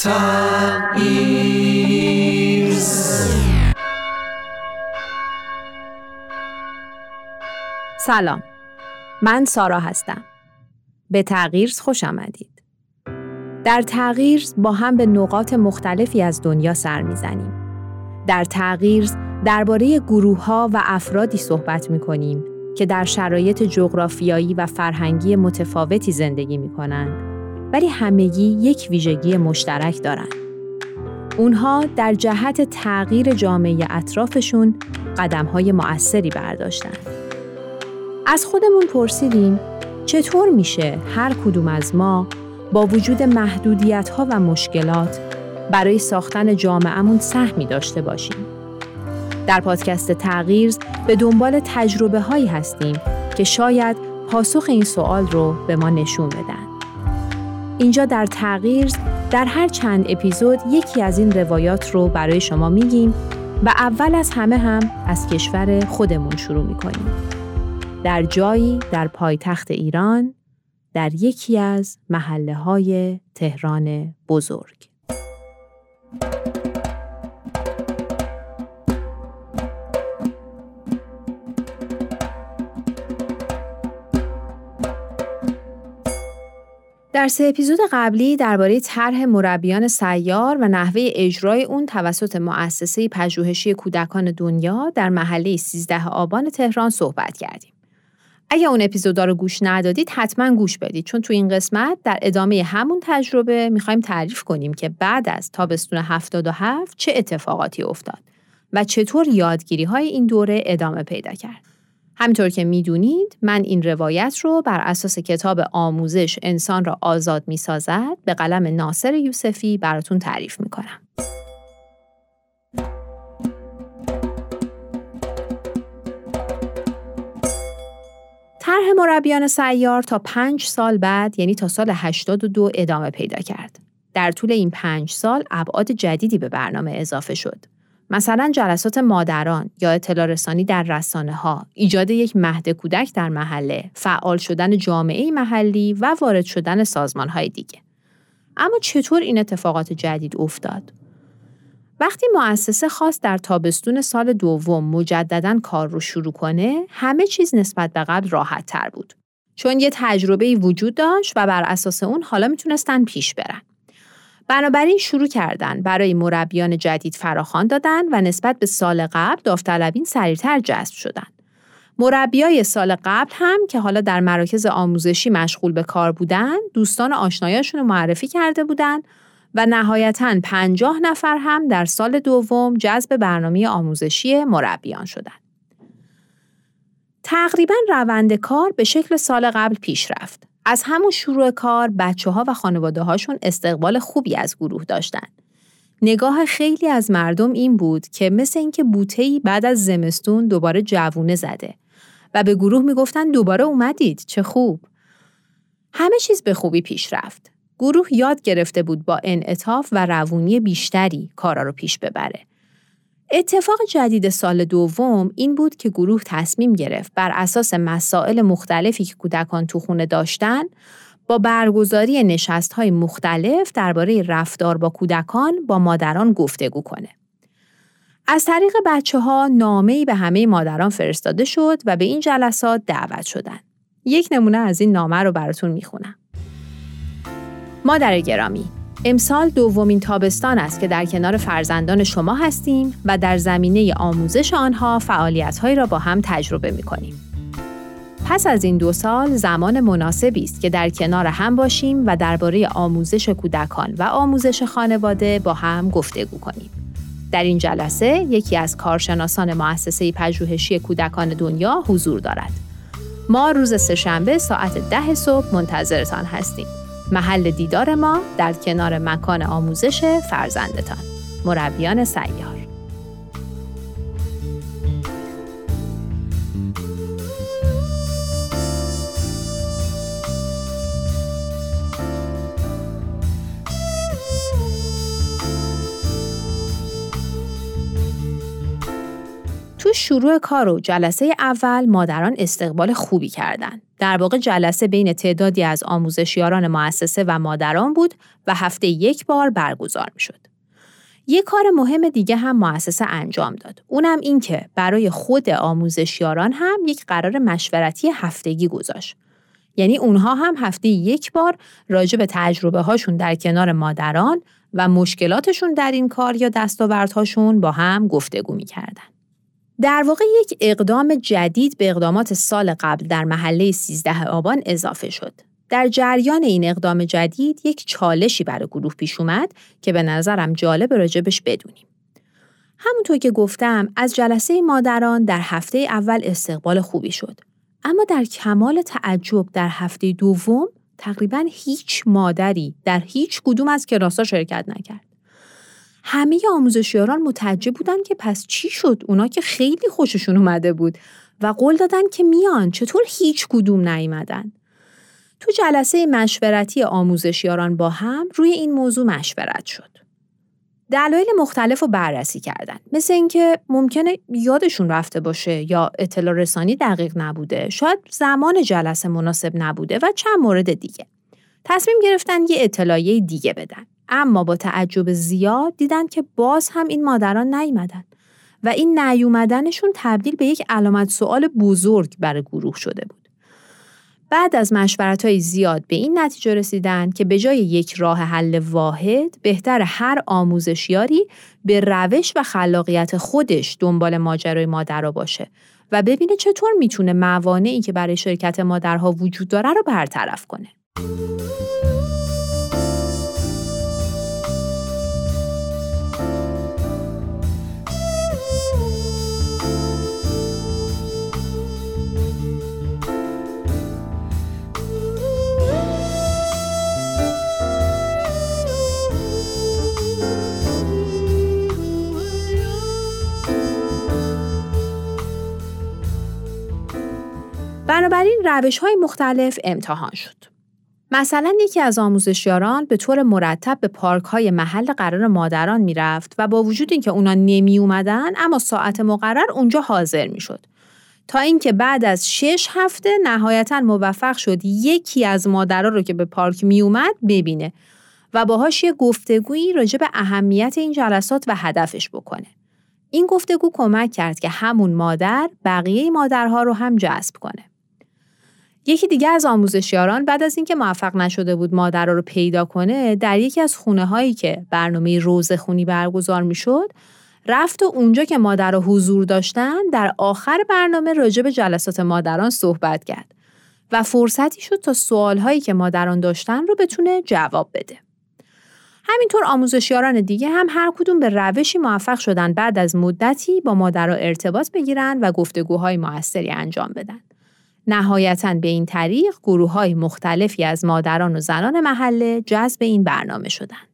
سلام، من سارا هستم. به تغییرز خوش آمدید. در تغییرز با هم به نقاط مختلفی از دنیا سر میزنیم. در تغییرز درباره گروه‌ها و افرادی صحبت می‌کنیم که در شرایط جغرافیایی و فرهنگی متفاوتی زندگی می‌کنند، ولی همگی یک ویژگی مشترک دارند. اونها در جهت تغییر جامعه اطرافشون قدم‌های مؤثری برداشتند. از خودمون پرسیدیم چطور میشه هر کدوم از ما با وجود محدودیت‌ها و مشکلات برای ساختن جامعه‌مون سهمی داشته باشیم. در پادکست تغییرز به دنبال تجربه‌هایی هستیم که شاید پاسخ این سوال رو به ما نشون بدن. اینجا در تغییرز در هر چند اپیزود یکی از این روایات رو برای شما میگیم و اول از همه هم از کشور خودمون شروع می‌کنیم. در جایی در پایتخت ایران، در یکی از محله‌های تهران بزرگ. در 3 اپیزود قبلی درباره طرح مربیان سیار و نحوه اجرای اون توسط مؤسسه پژوهشی کودکان دنیا در محله 13 آبان تهران صحبت کردیم. اگه اون اپیزودا رو گوش ندادید حتما گوش بدید، چون تو این قسمت در ادامه همون تجربه میخوایم تعریف کنیم که بعد از تابستون 77 چه اتفاقاتی افتاد و چطور یادگیری‌های این دوره ادامه پیدا کرد. همینطور که میدونید من این روایت رو بر اساس کتاب آموزش انسان را آزاد میسازد به قلم ناصر یوسفی براتون تعریف میکنم. طرح مربیان سیار تا 5 سال بعد، یعنی تا سال 82 ادامه پیدا کرد. در طول این 5 سال ابعاد جدیدی به برنامه اضافه شد. مثلا جلسات مادران یا اطلاع رسانی در رسانه‌ها، ایجاد یک مهد کودک در محله، فعال شدن جامعه محلی و وارد شدن سازمان‌های دیگه. اما چطور این اتفاقات جدید افتاد؟ وقتی مؤسسه خواست در تابستون سال دوم مجدداً کار رو شروع کنه، همه چیز نسبت به قبل راحت تر بود. چون یه تجربه‌ای وجود داشت و بر اساس اون حالا میتونستن پیش برن. بنابراین شروع کردن برای مربیان جدید فراخوان دادن و نسبت به سال قبل داوطلبین سریعتر جذب شدن. مربیای سال قبل هم که حالا در مراکز آموزشی مشغول به کار بودن، دوستان و آشنایاشون رو معرفی کرده بودن و نهایتاً 50 نفر هم در سال دوم جذب برنامه آموزشی مربیان شدند. تقریباً روند کار به شکل سال قبل پیش رفت. از همون شروع کار بچه‌ها و خانواده‌هاشون استقبال خوبی از گروه داشتن. نگاه خیلی از مردم این بود که مثل اینکه بوته‌ای بعد از زمستون دوباره جوونه زده و به گروه میگفتن دوباره اومدید، چه خوب. همه چیز به خوبی پیش رفت. گروه یاد گرفته بود با انعطاف و روونی بیشتری کارا رو پیش ببره. اتفاق جدید سال دوم این بود که گروه تصمیم گرفت بر اساس مسائل مختلفی که کودکان تو خونه داشتن با برگزاری نشست‌های مختلف درباره رفتار با کودکان با مادران گفتگو کنه. از طریق بچه‌ها نامه‌ای به همه مادران فرستاده شد و به این جلسات دعوت شدند. یک نمونه از این نامه رو براتون میخونم. مادر گرامی، امسال دومین تابستان است که در کنار فرزندان شما هستیم و در زمینه آموزش آنها فعالیت‌هایی را با هم تجربه می‌کنیم. پس از این 2 سال زمان مناسبی است که در کنار هم باشیم و درباره آموزش کودکان و آموزش خانواده با هم گفتگو کنیم. در این جلسه یکی از کارشناسان مؤسسه پژوهشی کودکان دنیا حضور دارد. ما روز سه‌شنبه ساعت 10 صبح منتظرتان هستیم. محل دیدار ما در کنار مکان آموزش فرزندتان. مربیان سیار. تو شروع کار و جلسه اول مادران استقبال خوبی کردند. در واقع جلسه بین تعدادی از آموزشیاران مؤسسه و مادران بود و هفته یک بار برگزار می‌شد. یک کار مهم دیگه هم مؤسسه انجام داد. اونم این که برای خود آموزشیاران هم یک قرار مشورتی هفتگی گذاشت. یعنی اونها هم هفته یک بار راجع به تجربه هاشون در کنار مادران و مشکلاتشون در این کار یا دستاوردهاشون با هم گفتگو می‌کردن. در واقع یک اقدام جدید به اقدامات سال قبل در محله 13 آبان اضافه شد. در جریان این اقدام جدید یک چالشی برای گروه پیش اومد که به نظرم جالب راجبش بدونیم. همونطور که گفتم از جلسه مادران در هفته اول استقبال خوبی شد. اما در کمال تعجب در هفته دوم تقریباً هیچ مادری در هیچ کدوم از کلاس‌ها شرکت نکرد. همه آموزشیاران متعجب بودن که پس چی شد؟ اونا که خیلی خوششون اومده بود و قول دادن که میان، چطور هیچ کدوم نیومدن؟ تو جلسه مشورتی آموزشیاران با هم روی این موضوع مشورت شد. دلایل مختلف رو بررسی کردن، مثل اینکه ممکنه یادشون رفته باشه یا اطلاع رسانی دقیق نبوده، شاید زمان جلسه مناسب نبوده و چند مورد دیگه. تصمیم گرفتن یه اطلاعیه دیگه بدن، اما با تعجب زیاد دیدن که باز هم این مادران نیومدن و این نیومدنشون تبدیل به یک علامت سوال بزرگ برای گروه شده بود. بعد از مشورت‌های زیاد به این نتیجه رسیدن که به جای یک راه حل واحد بهتر هر آموزشیاری به روش و خلاقیت خودش دنبال ماجرای مادرها باشه و ببینه چطور میتونه موانعی که برای شرکت مادرها وجود داره رو برطرف کنه. بنابراین روش‌های مختلف امتحان شد. مثلا یکی از آموزشیاران به طور مرتب به پارک‌های محل قرار مادران میرفت و با وجود اینکه اونا نمی اومدن اما ساعت مقرر اونجا حاضر میشد. تا اینکه بعد از 6 هفته نهایتاً موفق شد یکی از مادرها رو که به پارک می اومد ببینه و باهاش یه گفتگویی راجع به اهمیت این جلسات و هدفش بکنه. این گفتگو کمک کرد که همون مادر بقیه مادرها رو هم جذب کنه. یکی دیگه از آموزشیاران بعد از اینکه موفق نشده بود مادرها رو پیدا کنه، در یکی از خونه‌هایی که برنامه روزخونی برگزار می‌شد، رفت و اونجا که مادرها حضور داشتن در آخر برنامه راجع به جلسات مادران صحبت کرد و فرصتی شد تا سوال‌هایی که مادران داشتن رو بتونه جواب بده. همینطور آموزشیاران دیگه هم هر کدوم به روشی موفق شدن بعد از مدتی با مادرها ارتباط بگیرن و گفتگوهای موثری انجام بدن. نهایتاً به این طریق گروه‌های مختلفی از مادران و زنان محله جذب این برنامه شدند.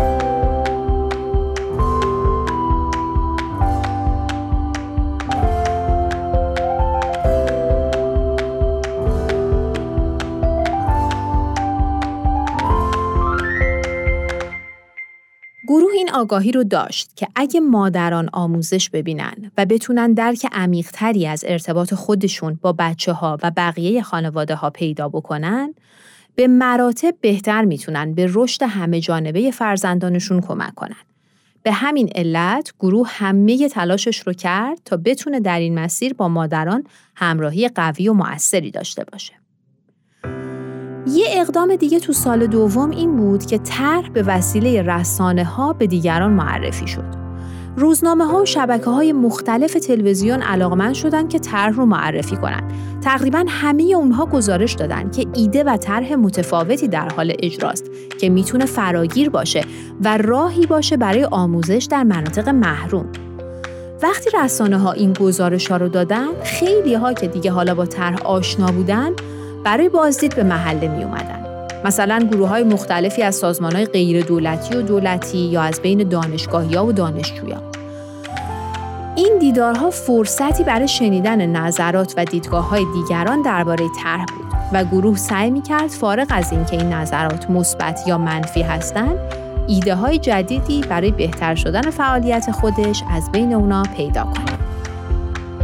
گروه این آگاهی رو داشت که اگه مادران آموزش ببینن و بتونن درک عمیق‌تری از ارتباط خودشون با بچه‌ها و بقیه خانواده‌ها پیدا بکنن، به مراتب بهتر میتونن به رشد همه جانبه فرزندانشون کمک کنن. به همین علت گروه همه تلاشش رو کرد تا بتونه در این مسیر با مادران همراهی قوی و مؤثری داشته باشه. یه اقدام دیگه تو سال دوم این بود که طرح به وسیله رسانه‌ها به دیگران معرفی شد. روزنامه‌ها و شبکه‌های مختلف تلویزیون علاقمند شدن که طرح رو معرفی کنن. تقریباً همه اونها گزارش دادن که ایده و طرح متفاوتی در حال اجراست که میتونه فراگیر باشه و راهی باشه برای آموزش در مناطق محروم. وقتی رسانه‌ها این گزارش‌ها رو دادن، خیلی‌ها که دیگه حالا با طرح آشنا بودن برای بازدید به محله می اومدن. مثلا گروه‌های مختلفی از سازمان‌های غیر دولتی و دولتی یا از بین دانشگاهی‌ها و دانشجویان. این دیدارها فرصتی برای شنیدن نظرات و دیدگاه‌های دیگران درباره طرح بود و گروه سعی می‌کرد فارغ از اینکه این نظرات مثبت یا منفی هستند، ایده‌های جدیدی برای بهتر شدن فعالیت خودش از بین اونا پیدا کنه.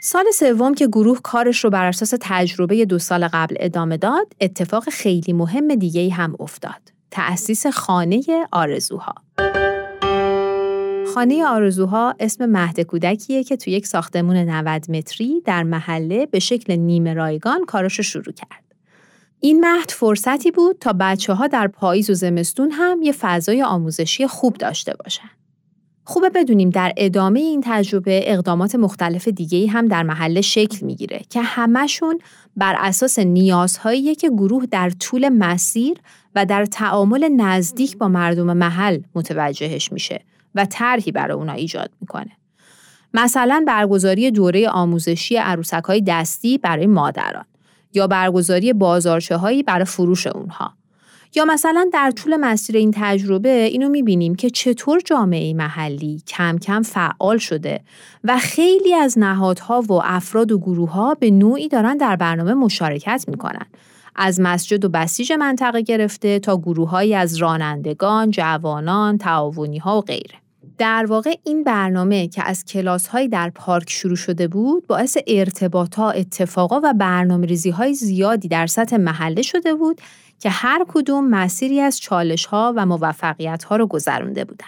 سال سوم که گروه کارش رو بر اساس تجربه 2 سال قبل ادامه داد، اتفاق خیلی مهم دیگه‌ای هم افتاد. تأسیس خانه آرزوها. خانه آرزوها اسم مهد کودکیه که توی یک ساختمون 90 متری در محله به شکل نیمه رایگان کارش رو شروع کرد. این مهد فرصتی بود تا بچه‌ها در پاییز و زمستون هم یه فضای آموزشی خوب داشته باشن. خوبه بدونیم در ادامه این تجربه اقدامات مختلف دیگه‌ای هم در محله شکل میگیره که همشون بر اساس نیازهایی که گروه در طول مسیر و در تعامل نزدیک با مردم محل متوجهش میشه و طرحی برای اونا ایجاد میکنه. مثلا برگزاری دوره آموزشی عروسک‌های دستی برای مادران یا برگزاری بازارچه‌هایی برای فروش اونها. یا مثلا در طول مسیر این تجربه اینو میبینیم که چطور جامعه محلی کم کم فعال شده و خیلی از نهادها و افراد و گروه‌ها به نوعی دارن در برنامه مشارکت میکنن. از مسجد و بسیج منطقه گرفته تا گروه‌هایی از رانندگان، جوانان، تعاونی‌ها و غیره. در واقع این برنامه که از کلاس‌های در پارک شروع شده بود، باعث ارتباطات، اتفاقا و برنامه‌ریزی‌های زیادی در سطح محله شده بود که هر کدوم مسیری از چالش‌ها و موفقیت‌ها رو گذرونده بودن.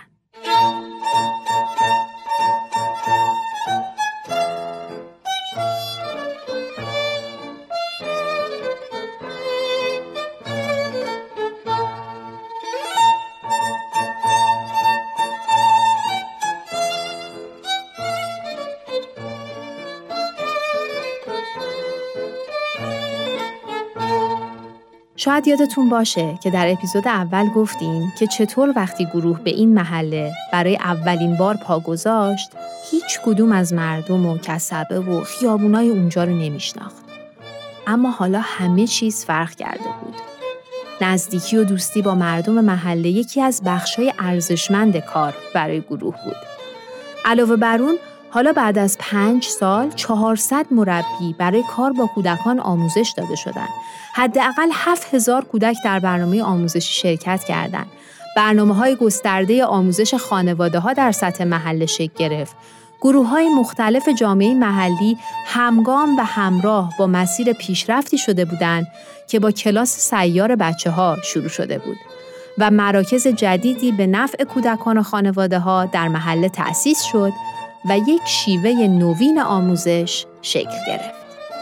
شاید یادتون باشه که در اپیزود اول گفتیم که چطور وقتی گروه به این محله برای اولین بار پا گذاشت، هیچ کدوم از مردم و کسبه و خیابونای اونجا رو نمیشناخت. اما حالا همه چیز فرق کرده بود. نزدیکی و دوستی با مردم محله یکی از بخشای ارزشمند کار برای گروه بود. علاوه بر اون، حالا بعد از 5 سال 400 مربی برای کار با کودکان آموزش داده شدند. حداقل 7000 کودک در برنامه آموزشی شرکت کردند. برنامه‌های گسترده آموزش خانواده‌ها در سطح محله شکل گرفت. گروه‌های مختلف جامعه محلی همگام و همراه با مسیر پیشرفتی شده بودند که با کلاس سیار بچه‌ها شروع شده بود و مراکز جدیدی به نفع کودکان و خانواده‌ها در محله تأسیس شد و یک شیوه نوین آموزش شکل گرفت.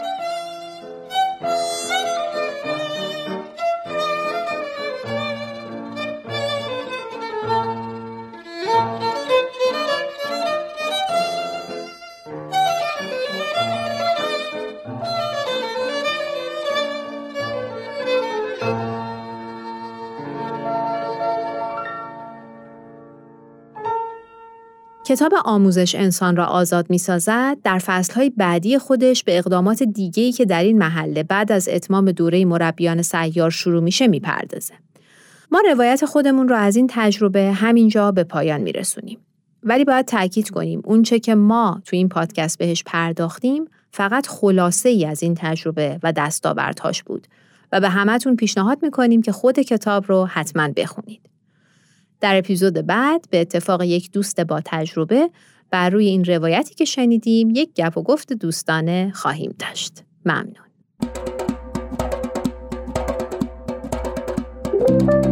کتاب آموزش انسان را آزاد می‌سازد در فصل‌های بعدی خودش به اقدامات دیگه‌ای که در این محله بعد از اتمام دوره مربیان سیار شروع میشه میپردازه. ما روایت خودمون رو از این تجربه همینجا به پایان میرسونیم. ولی باید تأکید کنیم اونچه که ما تو این پادکست بهش پرداختیم فقط خلاصه‌ای از این تجربه و دستاوردهاش بود و به همتون پیشنهاد می‌کنیم که خود کتاب رو حتماً بخونید. در اپیزود بعد به اتفاق یک دوست با تجربه بر روی این روایتی که شنیدیم یک گپ و گفت دوستانه خواهیم داشت. ممنون.